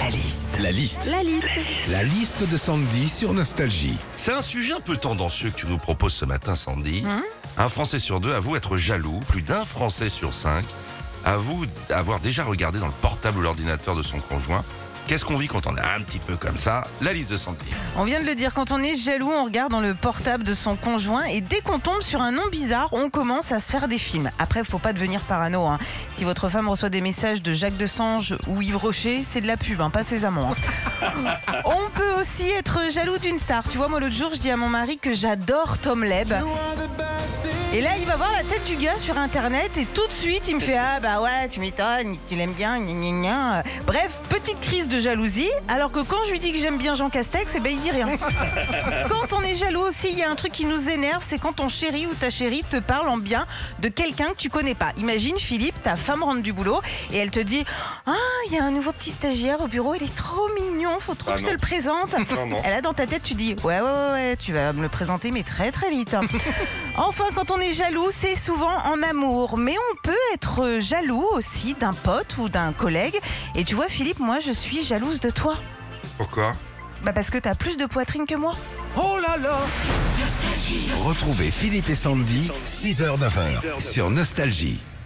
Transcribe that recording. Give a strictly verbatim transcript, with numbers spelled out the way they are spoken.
La liste. La liste. La liste. La liste de Sandy sur Nostalgie. C'est un sujet un peu tendancieux que tu nous proposes ce matin, Sandy. Hum un Français sur deux avoue être jaloux. Plus d'un Français sur cinq avoue avoir déjà regardé dans le portable ou l'ordinateur de son conjoint. Qu'est-ce qu'on vit quand on est un petit peu comme ça? La liste de Sandy. On vient de le dire, quand on est jaloux, on regarde dans le portable de son conjoint et dès qu'on tombe sur un nom bizarre, on commence à se faire des films. Après, faut pas devenir parano. Hein. Si votre femme reçoit des messages de Jacques Desange ou Yves Rocher, c'est de la pub, hein, pas ses amants. Hein. On peut aussi être jaloux d'une star. Tu vois, moi l'autre jour, je dis à mon mari que j'adore Tom Leb. Et là, il va voir la tête du gars sur Internet et tout de suite, il me fait « Ah bah ouais, tu m'étonnes, tu l'aimes bien, gna gna gna. » Bref, petite crise de jalousie, alors que quand je lui dis que j'aime bien Jean Castex, eh ben il dit rien. Quand on est jaloux aussi, il y a un truc qui nous énerve, c'est quand ton chéri ou ta chérie te parle en bien de quelqu'un que tu connais pas. Imagine, Philippe, ta femme rentre du boulot et elle te dit « Ah, il y a un nouveau petit stagiaire au bureau, il est trop mignon, faut trop Ah que je non. te le présente. » Non, non. Et là, dans ta tête, tu dis « Ouais, ouais, ouais, ouais, tu vas me le présenter, mais très très vite. » Enfin, quand on est jaloux, c'est souvent en amour. Mais on peut être jaloux aussi d'un pote ou d'un collègue. Et tu vois, Philippe, moi, je suis jalouse de toi. Pourquoi? Bah parce que t'as plus de poitrine que moi. Oh là là! Retrouvez Philippe et Sandy, six heures neuf heures sur Nostalgie.